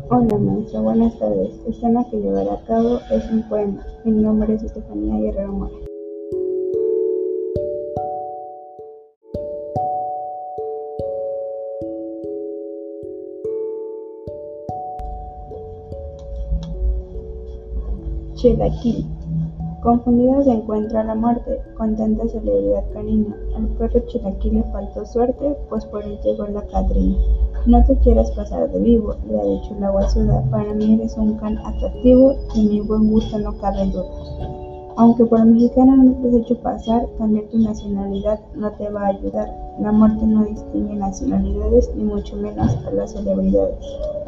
Hola maestra, buenas tardes. El tema que llevaré a cabo es un poema. Mi nombre es Estefanía Guerrero Mora. Chilaquil. Confundida se encuentra la muerte, con tanta celebridad canina. Al perro Chilaquil le faltó suerte, pues por él llegó la Catrina. No te quieras pasar de vivo, le ha dicho la huesuda. Para mí eres un can atractivo, y mi buen gusto no cabe duda. Aunque por mexicana no te has hecho pasar, cambiar tu nacionalidad no te va a ayudar. La muerte no distingue nacionalidades, ni mucho menos a las celebridades.